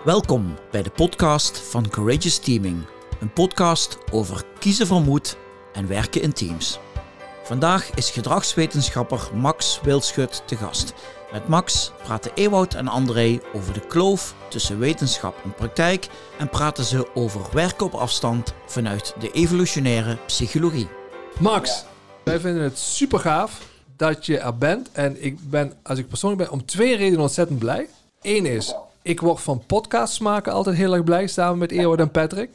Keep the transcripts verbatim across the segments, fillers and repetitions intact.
Welkom bij de podcast van Courageous Teaming. Een podcast over kiezen voor moed en werken in teams. Vandaag is gedragswetenschapper Max Wildschut te gast. Met Max praten Ewout en André over de kloof tussen wetenschap en praktijk en praten ze over werken op afstand vanuit de evolutionaire psychologie. Max, wij vinden het super gaaf dat je er bent. En ik ben, als ik persoonlijk ben, om twee redenen ontzettend blij. Eén is, ik word van podcasts maken altijd heel erg blij, samen met Ewout en Patrick.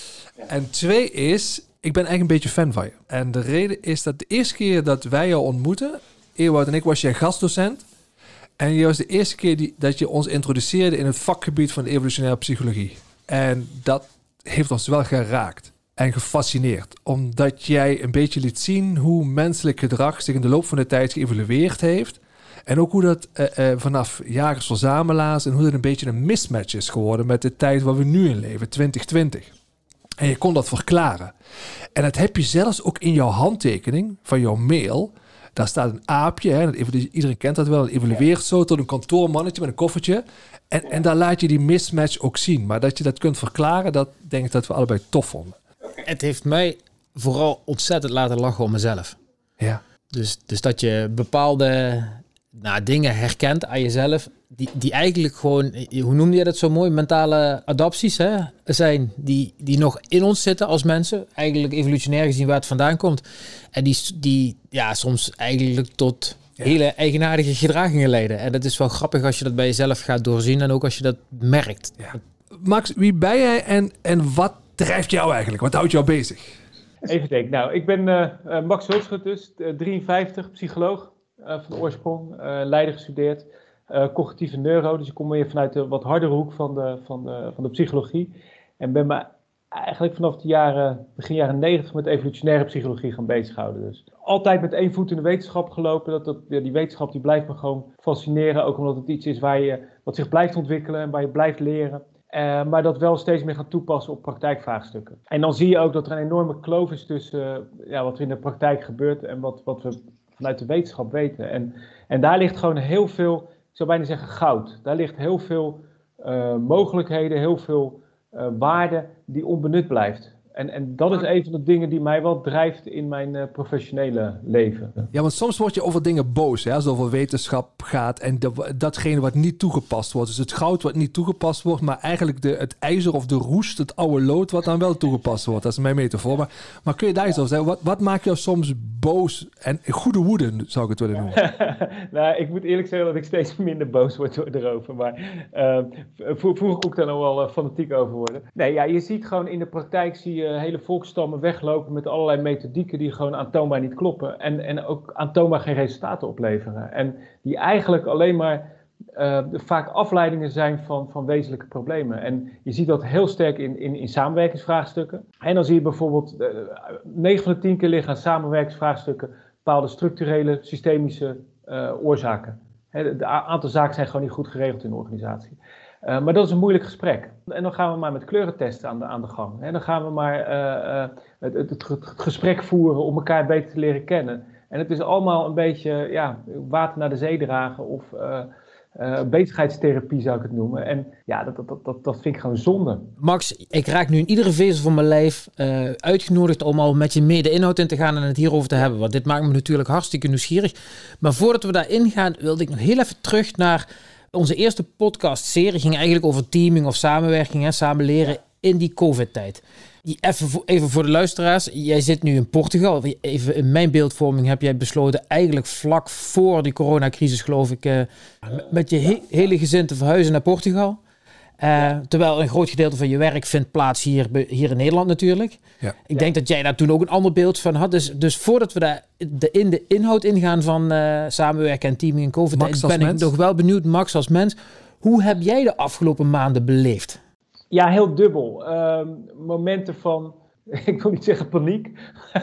En twee is, ik ben eigenlijk een beetje fan van je. En de reden is dat de eerste keer dat wij jou ontmoeten, Ewout en ik, was jij gastdocent. En je was de eerste keer die, dat je ons introduceerde in het vakgebied van de evolutionaire psychologie. En dat heeft ons wel geraakt en gefascineerd. Omdat jij een beetje liet zien hoe menselijk gedrag zich in de loop van de tijd geëvolueerd heeft. En ook hoe dat uh, uh, vanaf jagers-verzamelaars en hoe dat een beetje een mismatch is geworden met de tijd waar we nu in leven, twintig twintig. En je kon dat verklaren. En dat heb je zelfs ook in jouw handtekening van jouw mail. Daar staat een aapje, hè, dat evolu- iedereen kent dat wel, dat evolueert zo tot een kantoormannetje met een koffertje. En, en daar laat je die mismatch ook zien. Maar dat je dat kunt verklaren, dat denk ik dat we allebei tof vonden. Het heeft mij vooral ontzettend laten lachen om mezelf. Ja. Dus, dus dat je bepaalde nou, dingen herkent aan jezelf, die, die eigenlijk gewoon, hoe noemde je dat zo mooi, mentale adapties hè, zijn, die, die nog in ons zitten als mensen, eigenlijk evolutionair gezien waar het vandaan komt. En die, die ja, soms eigenlijk tot ja. hele eigenaardige gedragingen leiden. En dat is wel grappig als je dat bij jezelf gaat doorzien en ook als je dat merkt. Ja. Max, wie ben jij en, en wat drijft jou eigenlijk? Wat houdt jou bezig? Even denken. Nou, ik ben uh, Max Wildschut dus, drieënvijftig, psycholoog uh, van oorsprong, uh, Leiden gestudeerd. Uh, cognitieve neuro, dus ik kom weer vanuit de wat hardere hoek van de, van de, van de psychologie. En ben me eigenlijk vanaf de jaren, begin jaren negentig met evolutionaire psychologie gaan bezighouden. Dus altijd met één voet in de wetenschap gelopen. Dat, dat, die wetenschap die blijft me gewoon fascineren, ook omdat het iets is waar je, wat zich blijft ontwikkelen en waar je blijft leren. Uh, maar dat wel steeds meer gaat toepassen op praktijkvraagstukken. En dan zie je ook dat er een enorme kloof is tussen uh, ja, wat er in de praktijk gebeurt en wat, wat we vanuit de wetenschap weten. En, en daar ligt gewoon heel veel, ik zou bijna zeggen goud. Daar ligt heel veel uh, mogelijkheden, heel veel uh, waarde die onbenut blijft. En, en dat is een van de dingen die mij wel drijft in mijn uh, professionele leven. Ja, want soms word je over dingen boos, hè, als het over wetenschap gaat en de, datgene wat niet toegepast wordt. Dus het goud wat niet toegepast wordt, maar eigenlijk de, het ijzer of de roest, het oude lood wat dan wel toegepast wordt. Dat is mijn metafoor. Maar, maar kun je daar iets over zeggen? Wat, wat maakt jou soms boos en goede woede, zou ik het willen noemen? Nou, ik moet eerlijk zeggen dat ik steeds minder boos word erover. Maar uh, vroeger kon ik daar nog wel uh, fanatiek over worden. Nee, ja, je ziet gewoon in de praktijk zie je hele volksstammen weglopen met allerlei methodieken die gewoon aantoonbaar niet kloppen. En, en ook aantoonbaar geen resultaten opleveren. En die eigenlijk alleen maar uh, vaak afleidingen zijn van, van wezenlijke problemen. En je ziet dat heel sterk in, in, in samenwerkingsvraagstukken. En dan zie je bijvoorbeeld, uh, negen van de tien keer liggen aan samenwerkingsvraagstukken bepaalde structurele, systemische uh, oorzaken. Het aantal zaken zijn gewoon niet goed geregeld in de organisatie. Uh, maar dat is een moeilijk gesprek. En dan gaan we maar met kleurentesten aan de, aan de gang. En dan gaan we maar uh, uh, het, het, het, het gesprek voeren om elkaar beter te leren kennen. En het is allemaal een beetje ja, water naar de zee dragen of uh, uh, bezigheidstherapie zou ik het noemen. En ja, dat, dat, dat, dat vind ik gewoon zonde. Max, ik raak nu in iedere vezel van mijn lijf uh, uitgenodigd om al met je mee de inhoud in te gaan en het hierover te hebben. Want dit maakt me natuurlijk hartstikke nieuwsgierig. Maar voordat we daarin gaan, wilde ik nog heel even terug naar onze eerste podcastserie. Ging eigenlijk over teaming of samenwerking, hè, samen leren in die COVID-tijd. Even voor, even voor de luisteraars. Jij zit nu in Portugal. Even in mijn beeldvorming heb jij besloten eigenlijk vlak voor die coronacrisis, geloof ik, uh, met je he- hele gezin te verhuizen naar Portugal. Uh, terwijl een groot gedeelte van je werk vindt plaats hier, hier in Nederland natuurlijk. Ja. Ik ja. denk dat jij daar toen ook een ander beeld van had. Dus, dus voordat we daar de, in de inhoud ingaan van uh, samenwerken en teaming in COVID, ben ik mens. nog wel benieuwd, Max als mens. Hoe heb jij de afgelopen maanden beleefd? Ja, heel dubbel. Uh, momenten van, ik wil niet zeggen paniek,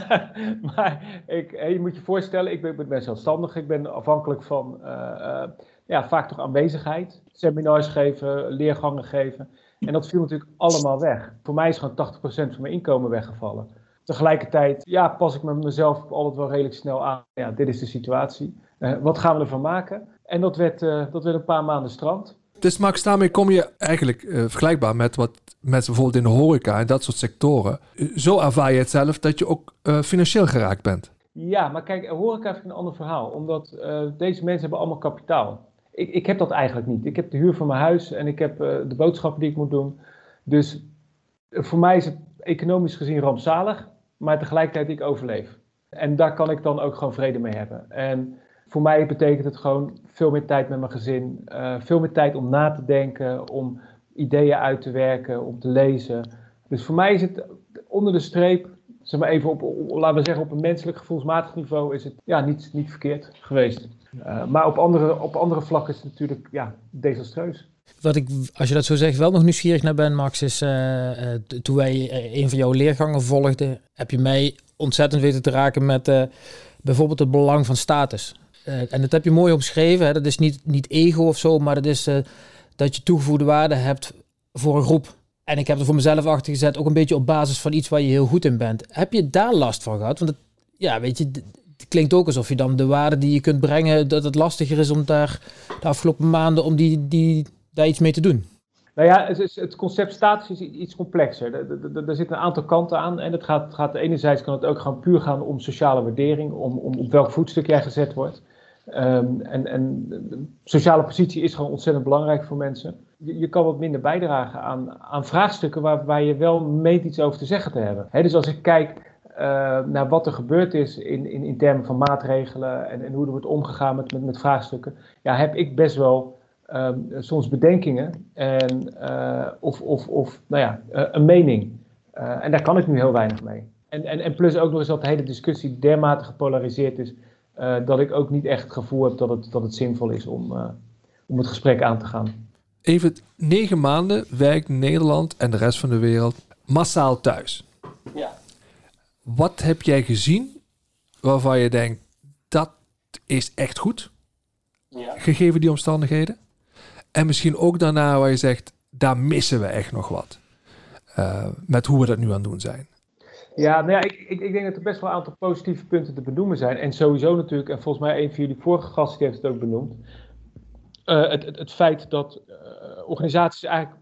maar ik, je moet je voorstellen, ik ben, ik ben zelfstandig. Ik ben afhankelijk van uh, uh, ja, vaak toch aanwezigheid. Seminars geven, leergangen geven. En dat viel natuurlijk allemaal weg. Voor mij is gewoon tachtig procent van mijn inkomen weggevallen. Tegelijkertijd ja, pas ik me mezelf altijd wel redelijk snel aan. Ja, dit is de situatie. Uh, wat gaan we ervan maken? En dat werd, uh, dat werd een paar maanden strand. Dus Max, daarmee kom je eigenlijk uh, vergelijkbaar met wat mensen bijvoorbeeld in de horeca en dat soort sectoren. Zo ervaar je het zelf dat je ook uh, financieel geraakt bent. Ja, maar kijk, horeca is een ander verhaal. Omdat uh, deze mensen hebben allemaal kapitaal. Ik, ik heb dat eigenlijk niet. Ik heb de huur van mijn huis en ik heb uh, de boodschappen die ik moet doen. Dus uh, voor mij is het economisch gezien rampzalig, maar tegelijkertijd ik overleef. En daar kan ik dan ook gewoon vrede mee hebben. En voor mij betekent het gewoon veel meer tijd met mijn gezin. Uh, veel meer tijd om na te denken, om ideeën uit te werken, om te lezen. Dus voor mij is het onder de streep, zeg maar even op, op, laten we zeggen op een menselijk gevoelsmatig niveau, is het ja, niet, niet verkeerd geweest. Uh, maar op andere, op andere vlakken is het natuurlijk ja, desastreus. Wat ik, als je dat zo zegt, wel nog nieuwsgierig naar ben, Max, is uh, uh, toen wij uh, een van jouw leergangen volgden, heb je mij ontzettend weten te raken met uh, bijvoorbeeld het belang van status. Uh, en dat heb je mooi omschreven. Hè? Dat is niet, niet ego of zo, maar dat is uh, dat je toegevoegde waarde hebt voor een groep. En ik heb er voor mezelf achter gezet, ook een beetje op basis van iets waar je heel goed in bent. Heb je daar last van gehad? Want het, ja, weet je, het klinkt ook alsof je dan de waarde die je kunt brengen, dat het lastiger is om daar de afgelopen maanden om die, die, daar iets mee te doen. Nou ja, het, is, het concept status is iets complexer. Er, er, er zitten een aantal kanten aan. En het gaat, het gaat, enerzijds kan het ook gewoon puur gaan om sociale waardering, om, om op welk voetstuk jij gezet wordt. Um, en, en de sociale positie is gewoon ontzettend belangrijk voor mensen. Je, je kan wat minder bijdragen aan, aan vraagstukken waar, waar je wel meent iets over te zeggen te hebben. He, dus als ik kijk uh, naar wat er gebeurd is in, in, in termen van maatregelen en, en hoe er wordt omgegaan met, met, met vraagstukken, ja, heb ik best wel um, soms bedenkingen en, uh, of, of, of nou ja, uh, een mening. Uh, en daar kan ik nu heel weinig mee. En, en, en plus ook nog eens dat de hele discussie dermate gepolariseerd is, Uh, dat ik ook niet echt het gevoel heb dat het, dat het zinvol is om, uh, om het gesprek aan te gaan. Even negen maanden werkt Nederland en de rest van de wereld massaal thuis. Ja. Wat heb jij gezien waarvan je denkt, dat is echt goed, Ja. gegeven die omstandigheden? En misschien ook daarna waar je zegt, daar missen we echt nog wat. Uh, met hoe we dat nu aan het doen zijn. Ja, nou ja, ik, ik, ik denk dat er best wel een aantal positieve punten te benoemen zijn. En sowieso natuurlijk, en volgens mij een van jullie vorige gasten die heeft het ook benoemd. Uh, het, het, het feit dat uh, organisaties eigenlijk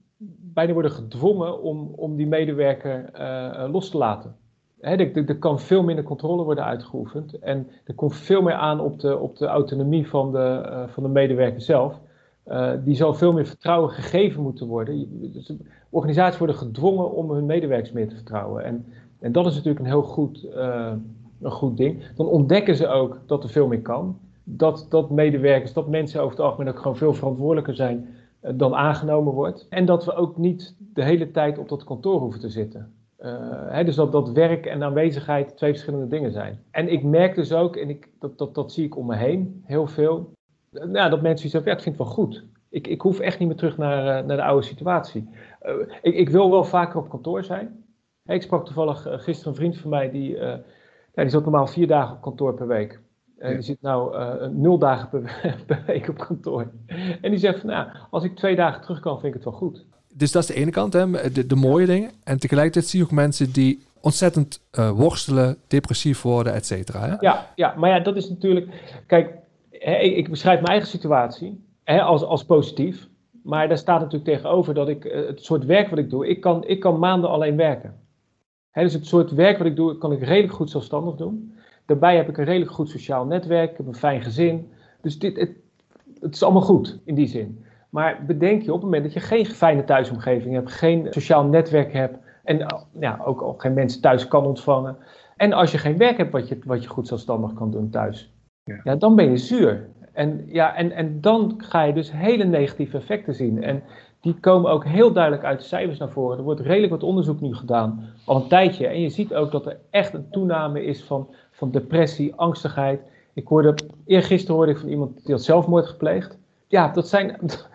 bijna worden gedwongen om, om die medewerker uh, los te laten. Hè, er, er, er kan veel minder controle worden uitgeoefend. En er komt veel meer aan op de, op de autonomie van de, uh, van de medewerker zelf. Uh, die zal veel meer vertrouwen gegeven moeten worden. Dus organisaties worden gedwongen om hun medewerkers meer te vertrouwen. En, en dat is natuurlijk een heel goed, uh, een goed ding. Dan ontdekken ze ook dat er veel meer kan. Dat, dat medewerkers, dat mensen over het algemeen ook gewoon veel verantwoordelijker zijn uh, dan aangenomen wordt. En dat we ook niet de hele tijd op dat kantoor hoeven te zitten. Uh, hè, dus dat, dat werk en aanwezigheid twee verschillende dingen zijn. En ik merk dus ook, en ik, dat, dat, dat zie ik om me heen heel veel, nou, dat mensen zeggen, ja, ik vind het wel goed. Ik, ik hoef echt niet meer terug naar, uh, naar de oude situatie. Uh, ik, ik wil wel vaker op kantoor zijn. Hey, ik sprak toevallig uh, gisteren een vriend van mij, die, uh, ja, die zat normaal vier dagen op kantoor per week. Uh, ja. Die zit nou uh, nul dagen per, per week op kantoor. En die zegt van, nou, als ik twee dagen terug kan, vind ik het wel goed. Dus dat is de ene kant, hè, de, de mooie dingen. En tegelijkertijd zie je ook mensen die ontzettend uh, worstelen, depressief worden, et cetera. Hè? Ja, ja, maar ja, dat is natuurlijk... Kijk, hè, ik, ik beschrijf mijn eigen situatie hè, als, als positief. Maar daar staat natuurlijk tegenover dat ik uh, het soort werk wat ik doe, ik kan, ik kan maanden alleen werken. Hè, dus het soort werk wat ik doe, kan ik redelijk goed zelfstandig doen. Daarbij heb ik een redelijk goed sociaal netwerk, ik heb een fijn gezin. Dus dit, het, het is allemaal goed in die zin. Maar bedenk je op het moment dat je geen fijne thuisomgeving hebt, geen sociaal netwerk hebt en ja, ook al geen mensen thuis kan ontvangen. En als je geen werk hebt wat je, wat je goed zelfstandig kan doen thuis, ja. Ja, dan ben je zuur. En, ja, en, en dan ga je dus hele negatieve effecten zien. En die komen ook heel duidelijk uit de cijfers naar voren. Er wordt redelijk wat onderzoek nu gedaan, al een tijdje. En je ziet ook dat er echt een toename is van, van depressie, angstigheid. Ik hoorde, eergisteren hoorde ik van iemand die had zelfmoord gepleegd. Ja, dat zijn,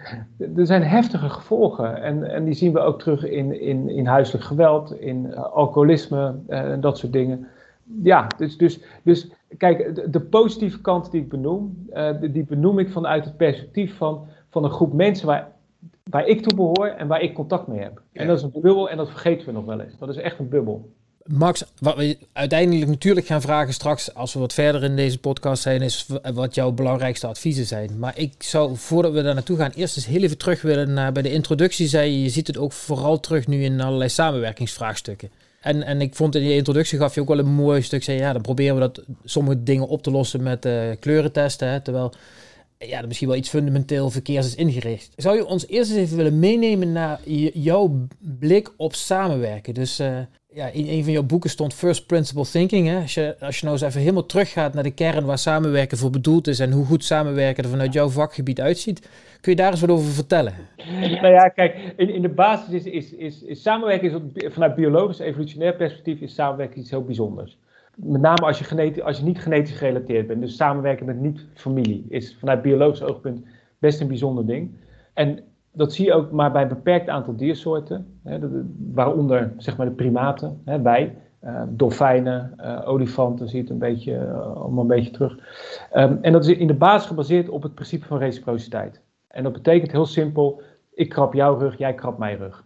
er zijn heftige gevolgen. En, en die zien we ook terug in, in, in huiselijk geweld, in uh, alcoholisme en uh, dat soort dingen. Ja, dus, dus, dus kijk, de, de positieve kant die ik benoem, uh, die benoem ik vanuit het perspectief van, van een groep mensen waar, waar ik toe behoor en waar ik contact mee heb. En dat is een bubbel en dat vergeten we nog wel eens. Dat is echt een bubbel. Max, wat we uiteindelijk natuurlijk gaan vragen straks, als we wat verder in deze podcast zijn, is wat jouw belangrijkste adviezen zijn. Maar ik zou, voordat we daar naartoe gaan, eerst eens heel even terug willen naar bij de introductie. Zei je, je ziet het ook vooral terug nu in allerlei samenwerkingsvraagstukken. En, en ik vond in je introductie gaf je ook wel een mooi stuk. Zei ja, dan proberen we dat sommige dingen op te lossen met uh, kleurentesten. Hè, terwijl ja, dat misschien wel iets fundamenteel verkeers is ingericht. Zou je ons eerst eens even willen meenemen naar j- jouw blik op samenwerken? Dus uh, ja, in een van jouw boeken stond First Principle Thinking. Hè? Als je, als je nou eens even helemaal teruggaat naar de kern waar samenwerken voor bedoeld is en hoe goed samenwerken er vanuit jouw vakgebied uitziet, kun je daar eens wat over vertellen? Nou ja, kijk, in, in de basis is, is, is, is samenwerken, is, vanuit biologisch, evolutionair perspectief, is samenwerken iets heel bijzonders. Met name als je, geneti- als je niet genetisch gerelateerd bent. Dus samenwerken met niet-familie is vanuit biologisch oogpunt best een bijzonder ding. En dat zie je ook maar bij een beperkt aantal diersoorten. Hè, waaronder zeg maar de primaten, hè, wij, uh, dolfijnen, uh, olifanten, zie je het een beetje, uh, allemaal een beetje terug. Um, en dat is in de basis gebaseerd op het principe van reciprociteit. En dat betekent heel simpel, ik krab jouw rug, jij krabt mijn rug.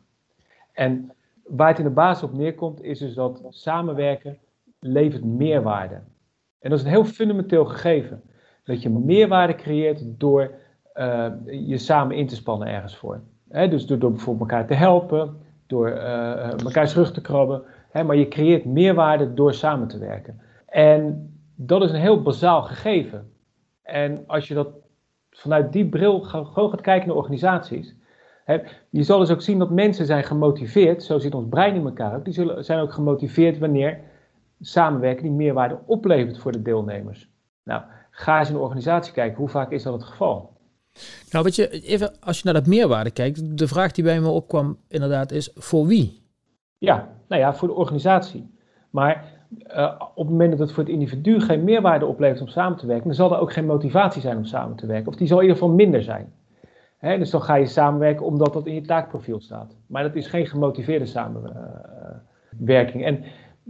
En waar het in de basis op neerkomt, is dus dat samenwerken levert meerwaarde. En dat is een heel fundamenteel gegeven. Dat je meerwaarde creëert door uh, je samen in te spannen ergens voor. He, dus door, door bijvoorbeeld elkaar te helpen, door uh, elkaars rug te krabben. He, maar je creëert meerwaarde door samen te werken. En dat is een heel bazaal gegeven. En als je dat vanuit die bril gewoon gaat kijken naar organisaties. He, je zal dus ook zien dat mensen zijn gemotiveerd, zo zit ons brein in elkaar ook, die zullen, zijn ook gemotiveerd wanneer samenwerken die meerwaarde oplevert voor de deelnemers. Nou, ga eens in de organisatie kijken, hoe vaak is dat het geval? Nou, weet je, even als je naar dat meerwaarde kijkt, de vraag die bij me opkwam inderdaad is, voor wie? Ja, nou ja, voor de organisatie. Maar uh, op het moment dat het voor het individu geen meerwaarde oplevert om samen te werken, dan zal er ook geen motivatie zijn om samen te werken. Of die zal in ieder geval minder zijn. Hè, dus dan ga je samenwerken omdat dat in je taakprofiel staat. Maar dat is geen gemotiveerde samenwerking. En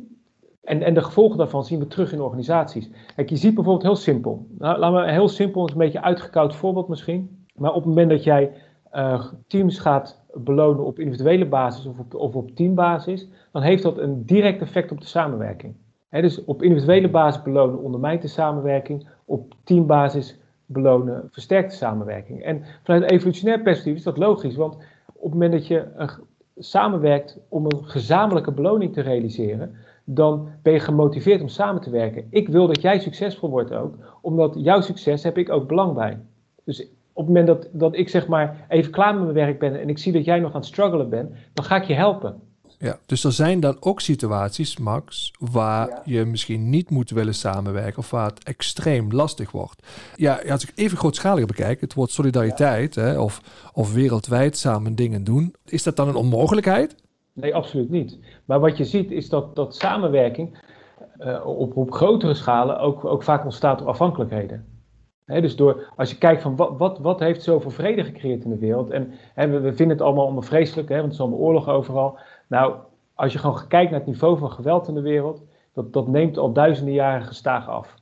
En, en de gevolgen daarvan zien we terug in organisaties. Kijk, je ziet bijvoorbeeld heel simpel. Nou, laten we heel simpel, een beetje uitgekoud voorbeeld misschien. Maar op het moment dat jij uh, teams gaat belonen op individuele basis of op, of op teambasis, dan heeft dat een direct effect op de samenwerking. He, dus op individuele basis belonen ondermijnt de samenwerking, op teambasis belonen versterkt de samenwerking. En vanuit een evolutionair perspectief is dat logisch, want op het moment dat je uh, samenwerkt om een gezamenlijke beloning te realiseren, dan ben je gemotiveerd om samen te werken. Ik wil dat jij succesvol wordt ook, omdat jouw succes heb ik ook belang bij. Dus op het moment dat, dat ik zeg maar even klaar met mijn werk ben en ik zie dat jij nog aan het struggelen bent, dan ga ik je helpen. Ja, dus er zijn dan ook situaties, Max, waar ja. je misschien niet moet willen samenwerken of waar het extreem lastig wordt. Ja, als ik even grootschaliger bekijk, het woord solidariteit ja. hè, of, of wereldwijd samen dingen doen, is dat dan een onmogelijkheid? Nee, absoluut niet. Maar wat je ziet is dat, dat samenwerking uh, op, op grotere schalen ook, ook vaak ontstaat door afhankelijkheden. He, dus door, als je kijkt van wat, wat, wat heeft zoveel vrede gecreëerd in de wereld. En he, we, we vinden het allemaal, allemaal vreselijk, he, want het is allemaal oorlog overal. Nou, als je gewoon kijkt naar het niveau van geweld in de wereld, dat, dat neemt al duizenden jaren gestaag af.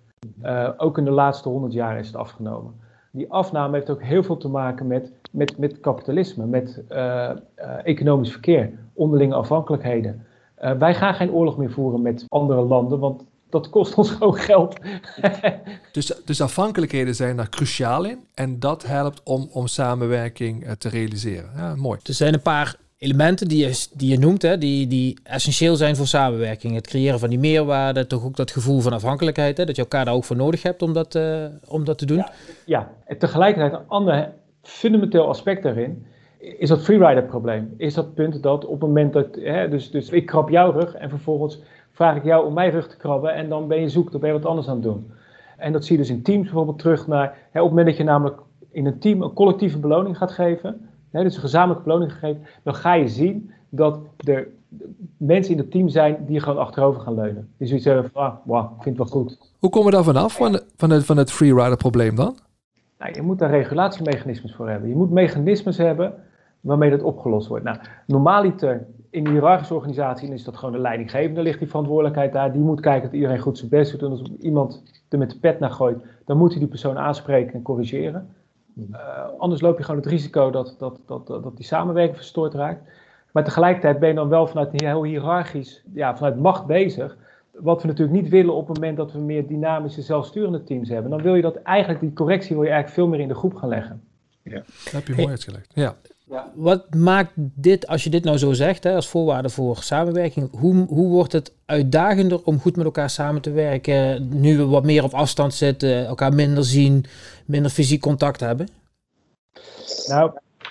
Uh, ook in de laatste honderd jaar is het afgenomen. Die afname heeft ook heel veel te maken met, met, met kapitalisme, met uh, uh, economisch verkeer, onderlinge afhankelijkheden. Uh, wij gaan geen oorlog meer voeren met andere landen, want dat kost ons gewoon geld. dus, dus afhankelijkheden zijn daar cruciaal in en dat helpt om, om samenwerking uh, te realiseren. Ja, mooi. Er zijn een paar elementen die je, die je noemt, hè, die, die essentieel zijn voor samenwerking. Het creëren van die meerwaarde, toch ook dat gevoel van afhankelijkheid, hè, dat je elkaar daar ook voor nodig hebt om dat, uh, om dat te doen. Ja, ja, en tegelijkertijd een ander fundamenteel aspect daarin is dat freerider probleem. Is dat punt dat op het moment dat, hè, dus, dus ik krab jouw rug en vervolgens vraag ik jou om mijn rug te krabben en dan ben je zoek, dan ben je wat anders aan het doen. En dat zie je dus in teams bijvoorbeeld terug naar, hè, op het moment dat je namelijk in een team een collectieve beloning gaat geven, hè, dus een gezamenlijke beloning gegeven, dan ga je zien dat er mensen in het team zijn die gewoon achterover gaan leunen. Die zoiets hebben van, ah, wow, ik vind het wel goed. Hoe komen we daar vanaf, van, van, het, van het freerider probleem dan? Nou, je moet daar regulatiemechanismes voor hebben. Je moet mechanismes hebben waarmee dat opgelost wordt. Nou, normaaliter in een hiërarchische organisatie is dat gewoon de leidinggevende, ligt die verantwoordelijkheid daar. Die moet kijken dat iedereen goed zijn best doet. En als iemand er met de pet naar gooit, dan moet hij die persoon aanspreken en corrigeren. Uh, anders loop je gewoon het risico dat, dat, dat, dat die samenwerking verstoord raakt. Maar tegelijkertijd ben je dan wel vanuit heel hiërarchisch, ja, vanuit macht bezig. Wat we natuurlijk niet willen op het moment dat we meer dynamische, zelfsturende teams hebben. Dan wil je dat eigenlijk, die correctie wil je eigenlijk veel meer in de groep gaan leggen. Ja. Dat heb je mooi uitgelegd. Ja. Ja. Wat maakt dit, als je dit nou zo zegt, hè, als voorwaarde voor samenwerking, hoe, hoe wordt het uitdagender om goed met elkaar samen te werken, nu we wat meer op afstand zitten, elkaar minder zien, minder fysiek contact hebben? Nou,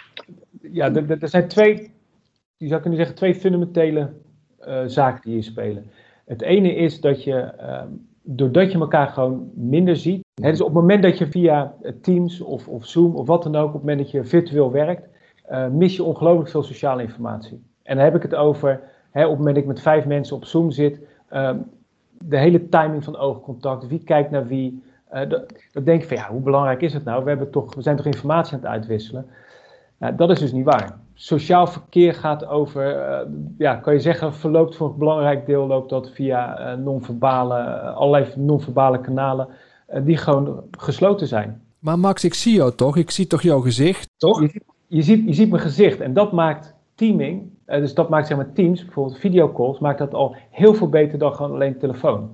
ja, er, er zijn twee, je zou kunnen zeggen, twee fundamentele uh, zaken die hier spelen. Het ene is dat je, uh, doordat je elkaar gewoon minder ziet, hè, dus op het moment dat je via Teams of, of Zoom of wat dan ook, op het moment dat je virtueel werkt, Uh, mis je ongelooflijk veel sociale informatie. En dan heb ik het over, hè, op het moment dat ik met vijf mensen op Zoom zit, uh, de hele timing van oogcontact, wie kijkt naar wie. Uh, dat, dat denk ik van, ja, hoe belangrijk is het nou? We, hebben toch, we zijn toch informatie aan het uitwisselen? Uh, dat is dus niet waar. Sociaal verkeer gaat over, uh, ja, kan je zeggen, verloopt voor een belangrijk deel, loopt dat via uh, non-verbale, uh, allerlei non-verbale kanalen, uh, die gewoon gesloten zijn. Maar Max, ik zie jou toch? Ik zie toch jouw gezicht? Toch? Je ziet, je ziet, je ziet mijn gezicht en dat maakt teaming, uh, dus dat maakt zeg maar Teams, bijvoorbeeld videocalls, maakt dat al heel veel beter dan gewoon alleen telefoon.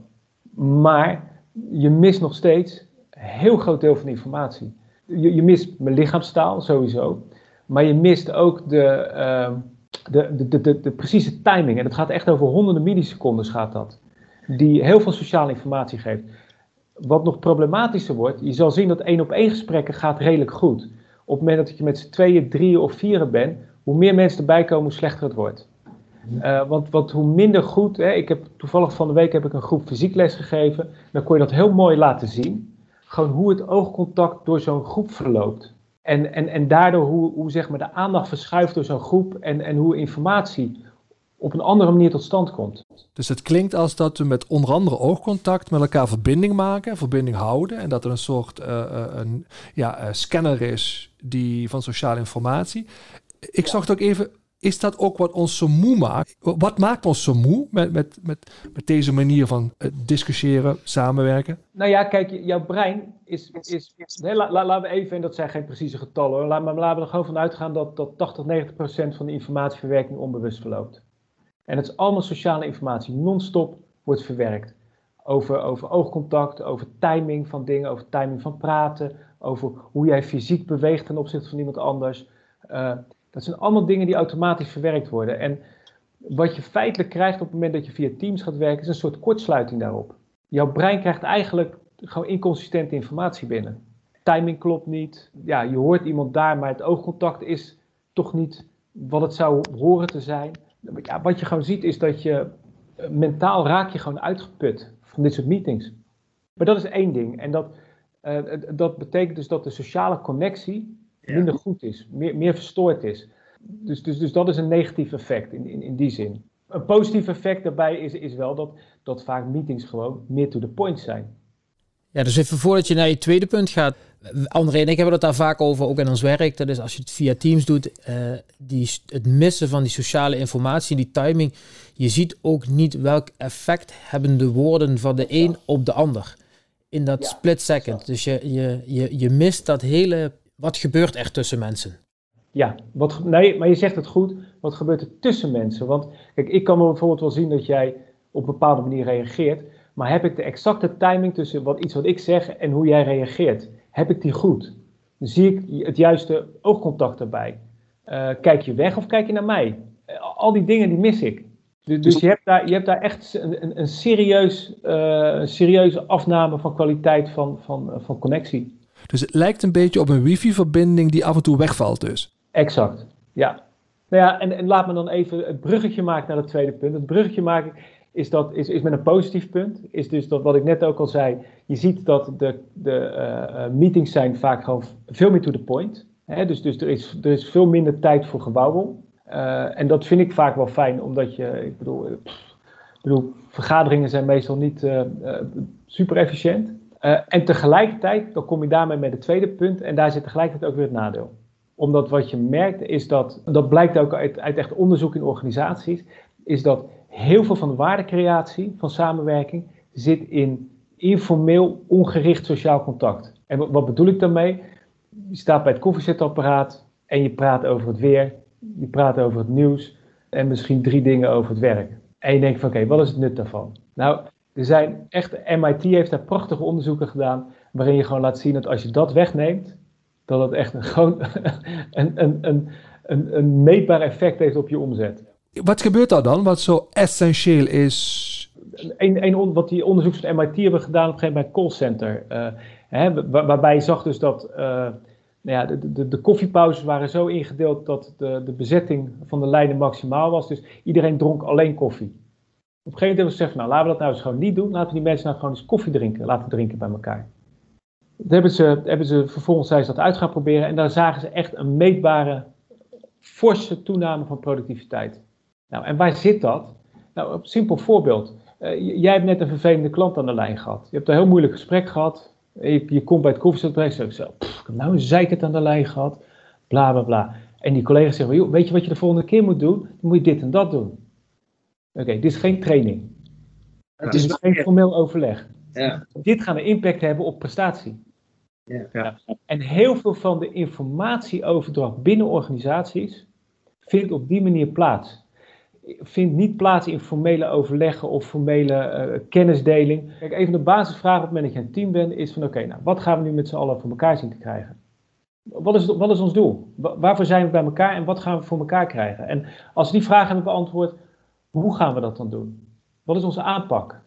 Maar je mist nog steeds een heel groot deel van de informatie. Je, je mist mijn lichaamstaal sowieso, maar je mist ook de, uh, de, de, de, de, de precieze timing. En dat gaat echt over honderden millisecondes gaat dat, die heel veel sociale informatie geeft. Wat nog problematischer wordt, je zal zien dat één op één gesprekken gaat redelijk goed. Op het moment dat je met z'n tweeën, drieën of vieren bent, hoe meer mensen erbij komen, hoe slechter het wordt. Uh, want, want hoe minder goed, hè, ik heb toevallig van de week heb ik een groep fysiekles gegeven, dan kon je dat heel mooi laten zien. Gewoon hoe het oogcontact door zo'n groep verloopt. En, en, en daardoor hoe, hoe zeg maar de aandacht verschuift door zo'n groep en, en hoe informatie op een andere manier tot stand komt. Dus het klinkt als dat we met onder andere oogcontact met elkaar verbinding maken, verbinding houden. En dat er een soort uh, een, ja, uh, scanner is die, van sociale informatie. Ik zag het ook even, is dat ook wat ons zo moe maakt? Wat maakt ons zo moe met, met, met, met deze manier van uh, discussiëren, samenwerken? Nou ja, kijk, jouw brein is... is nee, la, la, laten we even, en dat zijn geen precieze getallen, hoor, maar laten we er gewoon van uitgaan dat, dat tachtig tot negentig procent van de informatieverwerking onbewust verloopt. En het is allemaal sociale informatie, non-stop wordt verwerkt. Over, over oogcontact, over timing van dingen, over timing van praten, over hoe jij fysiek beweegt ten opzichte van iemand anders. Uh, dat zijn allemaal dingen die automatisch verwerkt worden. En wat je feitelijk krijgt op het moment dat je via Teams gaat werken, is een soort kortsluiting daarop. Jouw brein krijgt eigenlijk gewoon inconsistente informatie binnen. Timing klopt niet, ja, je hoort iemand daar, maar het oogcontact is toch niet wat het zou horen te zijn. Ja, wat je gewoon ziet is dat je uh, mentaal raak je gewoon uitgeput van dit soort meetings. Maar dat is één ding. En dat, uh, dat betekent dus dat de sociale connectie minder ja. goed is, meer, meer verstoord is. Dus, dus, dus dat is een negatief effect in, in, in die zin. Een positief effect daarbij is, is wel dat, dat vaak meetings gewoon meer to the point zijn. Ja, dus even voordat je naar je tweede punt gaat. André en ik hebben het daar vaak over, ook in ons werk. Dat is als je het via Teams doet, uh, die, het missen van die sociale informatie, die timing. Je ziet ook niet welk effect hebben de woorden van de een op de ander. In dat ja, split second. Dus je, je, je, je mist dat hele, wat gebeurt er tussen mensen? Ja, wat, nee, maar je zegt het goed. Wat gebeurt er tussen mensen? Want kijk, ik kan bijvoorbeeld wel zien dat jij op een bepaalde manier reageert. Maar heb ik de exacte timing tussen wat, iets wat ik zeg en hoe jij reageert? Heb ik die goed? Dan zie ik het juiste oogcontact erbij. Uh, kijk je weg of kijk je naar mij? Uh, al die dingen die mis ik. Dus, dus je, hebt daar, je hebt daar echt een, een, een serieus, uh, serieuze afname van kwaliteit van, van, uh, van connectie. Dus het lijkt een beetje op een wifi-verbinding die af en toe wegvalt dus. Exact, ja. Nou ja, en, en laat me dan even het bruggetje maken naar het tweede punt. Het bruggetje maken is, dat, is, is met een positief punt. Is dus dat wat ik net ook al zei. Je ziet dat de, de uh, meetings zijn vaak gewoon veel meer to the point. Hè? Dus, dus er, is, er is veel minder tijd voor gewauwel. Uh, en dat vind ik vaak wel fijn, omdat je, ik bedoel, pff, ik bedoel vergaderingen zijn meestal niet uh, uh, super efficiënt. Uh, en tegelijkertijd, dan kom je daarmee met het tweede punt. En daar zit tegelijkertijd ook weer het nadeel. Omdat wat je merkt is dat, dat blijkt ook uit, uit echt onderzoek in organisaties, is dat heel veel van de waardecreatie van samenwerking zit in informeel, ongericht sociaal contact. En wat, wat bedoel ik daarmee? Je staat bij het koffiezetapparaat en je praat over het weer, je praat over het nieuws. en misschien drie dingen over het werk. En je denkt van oké, okay, wat is het nut daarvan? Nou, er zijn echt, M I T heeft daar prachtige onderzoeken gedaan, waarin je gewoon laat zien dat als je dat wegneemt, dat het echt een, gewoon een, een, een, een, een meetbaar effect heeft op je omzet. Wat gebeurt daar dan, wat zo essentieel is? Een, een, wat die onderzoekers van M I T hebben gedaan op een gegeven moment bij een callcenter. Uh, hè, waar, waarbij je zag dus dat uh, nou ja, de, de, de koffiepauzes waren zo ingedeeld dat de, de bezetting van de lijnen maximaal was. Dus iedereen dronk alleen koffie. Op een gegeven moment hebben ze gezegd, nou laten we dat nou eens gewoon niet doen. Laten we die mensen nou gewoon eens koffie drinken, laten drinken bij elkaar. Dat hebben ze, hebben ze vervolgens zijn ze dat uit gaan proberen. En daar zagen ze echt een meetbare, forse toename van productiviteit. Nou, en waar zit dat? Nou, een simpel voorbeeld. Uh, jij hebt net een vervelende klant aan de lijn gehad. Je hebt een heel moeilijk gesprek gehad. Je, je komt bij het koffiezetapparaat en zegt, ik heb nou een zeikert aan de lijn gehad. Bla, bla, bla. En die collega's zeggen, joh, weet je wat je de volgende keer moet doen? Dan moet je dit en dat doen. Oké, okay, dit is geen training. Het is geen formeel overleg. Ja. Dit gaat een impact hebben op prestatie. Ja. Ja. En heel veel van de informatieoverdracht binnen organisaties vindt op die manier plaats. Vindt niet plaats in formele overleggen of formele uh, kennisdeling. Kijk, een van de basisvragen op het moment dat je een team bent, is van oké, okay, nou, wat gaan we nu met z'n allen voor elkaar zien te krijgen? Wat is, wat is ons doel? Waarvoor zijn we bij elkaar en wat gaan we voor elkaar krijgen? En als we die vragen hebben beantwoord, hoe gaan we dat dan doen? Wat is onze aanpak?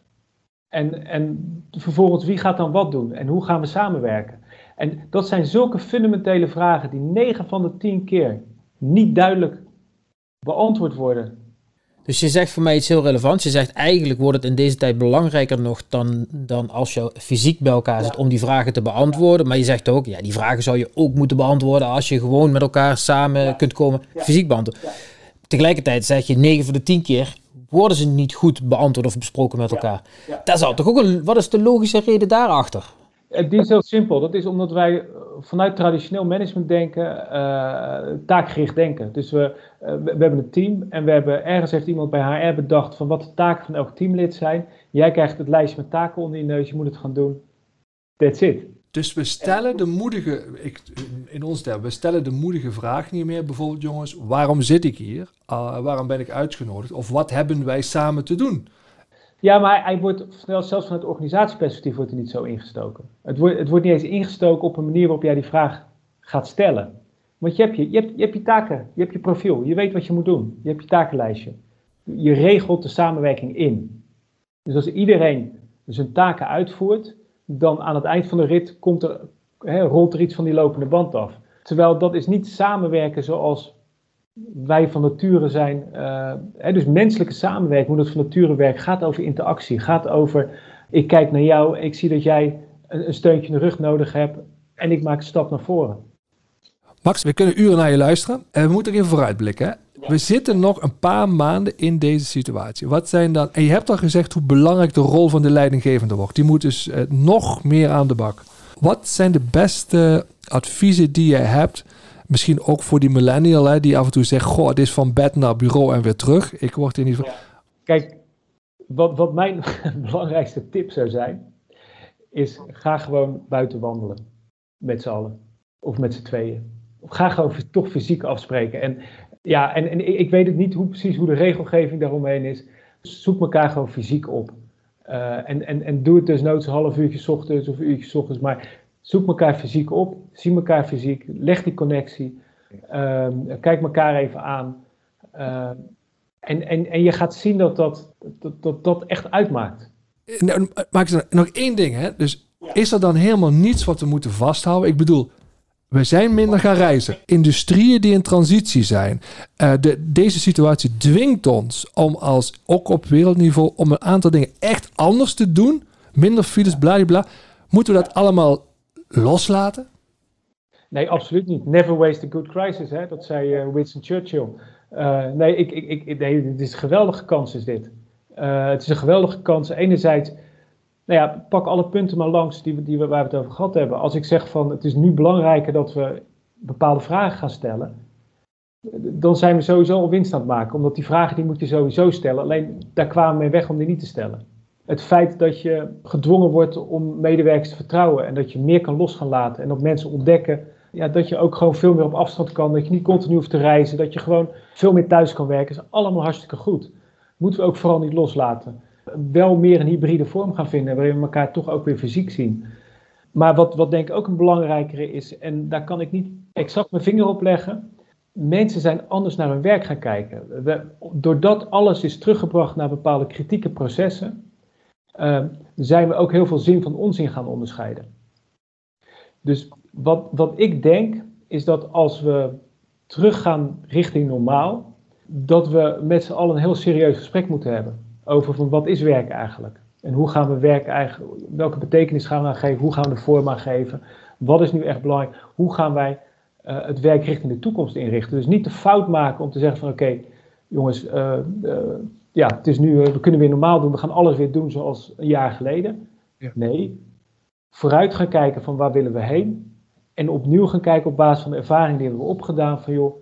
En, en vervolgens, wie gaat dan wat doen? En hoe gaan we samenwerken? En dat zijn zulke fundamentele vragen die negen van de tien keer niet duidelijk beantwoord worden. Dus je zegt voor mij iets heel relevants. Je zegt eigenlijk wordt het in deze tijd belangrijker nog dan, dan als je fysiek bij elkaar zit om die vragen te beantwoorden. Maar je zegt ook, ja, die vragen zou je ook moeten beantwoorden als je gewoon met elkaar samen ja. kunt komen, fysiek beantwoorden. Ja. Tegelijkertijd zeg je negen van de tien keer worden ze niet goed beantwoord of besproken met elkaar. Ja. Ja. Dat is toch ook een, wat is de logische reden daarachter? Die is heel simpel. Dat is omdat wij vanuit traditioneel management denken, uh, taakgericht denken. Dus we, uh, we, we hebben een team en we hebben, ergens heeft iemand bij H R bedacht van wat de taken van elk teamlid zijn. Jij krijgt het lijstje met taken onder je neus, je moet het gaan doen. That's it. Dus we stellen de moedige, ik, in ons term, we stellen de moedige vraag niet meer. Bijvoorbeeld jongens, waarom zit ik hier? Uh, waarom ben ik uitgenodigd? Of wat hebben wij samen te doen? Ja, maar hij wordt, zelfs vanuit het organisatieperspectief wordt er niet zo ingestoken. Het wordt, het wordt niet eens ingestoken op een manier waarop jij die vraag gaat stellen. Want je hebt je, je, hebt, je hebt je taken, je hebt je profiel, je weet wat je moet doen. Je hebt je takenlijstje. Je regelt de samenwerking in. Dus als iedereen zijn taken uitvoert, dan aan het eind van de rit komt er, he, rolt er iets van die lopende band af. Terwijl dat is niet samenwerken zoals wij van nature zijn. Uh, hè, dus menselijke samenwerking, hoe dat van nature werkt, gaat over interactie. Gaat over, ik kijk naar jou, ik zie dat jij een, een steuntje in de rug nodig hebt en ik maak een stap naar voren. Max, we kunnen uren naar je luisteren en we moeten even vooruitblikken. Hè? We zitten nog een paar maanden in deze situatie. Wat zijn dan, en je hebt al gezegd hoe belangrijk de rol van de leidinggevende wordt. Die moet dus uh, nog meer aan de bak. Wat zijn de beste adviezen die je hebt? Misschien ook voor die millennial, hè, die af en toe zegt, goh, het is van bed naar bureau en weer terug. Ik word hier niet van... Kijk, wat, wat mijn belangrijkste tip zou zijn, is ga gewoon buiten wandelen. Met z'n allen. Of met z'n tweeën. Of ga gewoon toch fysiek afspreken. En ja, en, en ik weet het niet hoe, precies hoe de regelgeving daaromheen is. Zoek elkaar gewoon fysiek op. Uh, en, en, en doe het dus nooit een half uurtje 's ochtends of een uurtje 's ochtends, maar zoek elkaar fysiek op, zie elkaar fysiek, leg die connectie, uh, kijk elkaar even aan. Uh, en, en, en je gaat zien dat dat, dat, dat, dat echt uitmaakt. Nou, maak er nog één ding, hè? Dus is er dan helemaal niets wat we moeten vasthouden? Ik bedoel, we zijn minder gaan reizen. Industrieën die in transitie zijn. Uh, de, deze situatie dwingt ons om als, ook op wereldniveau, om een aantal dingen echt anders te doen. Minder files, bladibla. Moeten we dat allemaal loslaten? Nee, absoluut niet. Never waste a good crisis, hè? Dat zei uh, Winston Churchill. Uh, nee, ik, ik, ik, nee, het is een geweldige kans is dit. Uh, het is een geweldige kans. Enerzijds, nou ja, pak alle punten maar langs die we, die we, waar we het over gehad hebben. Als ik zeg van het is nu belangrijker dat we bepaalde vragen gaan stellen, dan zijn we sowieso al winst aan het maken. Omdat die vragen die moet je sowieso stellen. Alleen daar kwamen we mee weg om die niet te stellen. Het feit dat je gedwongen wordt om medewerkers te vertrouwen en dat je meer kan los gaan laten en dat mensen ontdekken Ja, dat je ook gewoon veel meer op afstand kan, dat je niet continu hoeft te reizen, dat je gewoon veel meer thuis kan werken. Dat is allemaal hartstikke goed. Moeten we ook vooral niet loslaten. Wel meer een hybride vorm gaan vinden, waarin we elkaar toch ook weer fysiek zien. Maar wat, wat denk ik ook een belangrijkere is, en daar kan ik niet exact mijn vinger op leggen, mensen zijn anders naar hun werk gaan kijken. We, doordat alles is teruggebracht naar bepaalde kritieke processen, uh, zijn we ook heel veel zin van onzin gaan onderscheiden. Dus wat, wat ik denk, is dat als we teruggaan richting normaal, dat we met z'n allen een heel serieus gesprek moeten hebben over van wat is werk eigenlijk? En hoe gaan we werk eigenlijk, welke betekenis gaan we aan geven? Hoe gaan we de vorm aan geven? Wat is nu echt belangrijk? Hoe gaan wij uh, het werk richting de toekomst inrichten? Dus niet de fout maken om te zeggen van oké, okay, jongens, uh, uh, ja, het is nu, uh, we kunnen weer normaal doen. We gaan alles weer doen zoals een jaar geleden. Ja. Nee, vooruit gaan kijken van waar willen we heen? En opnieuw gaan kijken op basis van de ervaring die hebben we opgedaan van joh,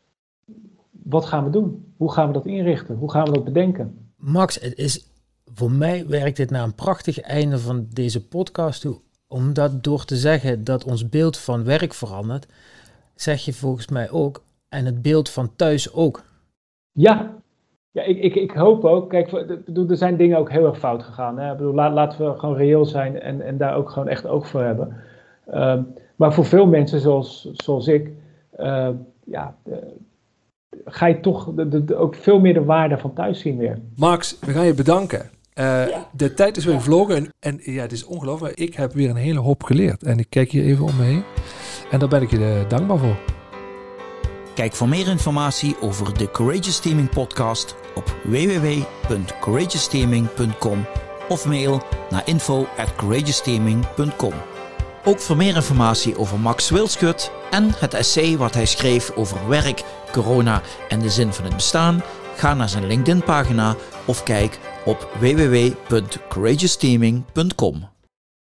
wat gaan we doen? Hoe gaan we dat inrichten? Hoe gaan we dat bedenken? Max, het is, voor mij werkt dit naar een prachtig einde van deze podcast toe. Omdat door te zeggen dat ons beeld van werk verandert, zeg je volgens mij ook, en het beeld van thuis ook. Ja, ja ik, ik, ik hoop ook. Kijk, er zijn dingen ook heel erg fout gegaan. Hè? Ik bedoel, laten we gewoon reëel zijn en, en daar ook gewoon echt oog voor hebben. Um, maar voor veel mensen zoals, zoals ik, uh, ja... Uh, ga je toch de, de, de, ook veel meer de waarde van thuis zien weer. Max, we gaan je bedanken. Uh, ja. De tijd is weer gevlogen en, en ja, het is ongelooflijk. Ik heb weer een hele hoop geleerd. En ik kijk hier even om me heen. En daar ben ik je uh, dankbaar voor. Kijk voor meer informatie over de Courageous Teaming podcast op w w w punt courageous teaming punt com of mail naar info at courageous teaming punt com. Ook voor meer informatie over Max Wilschut en het essay wat hij schreef over werk, corona en de zin van het bestaan, ga naar zijn LinkedIn pagina of kijk op w w w punt courageous teaming punt com.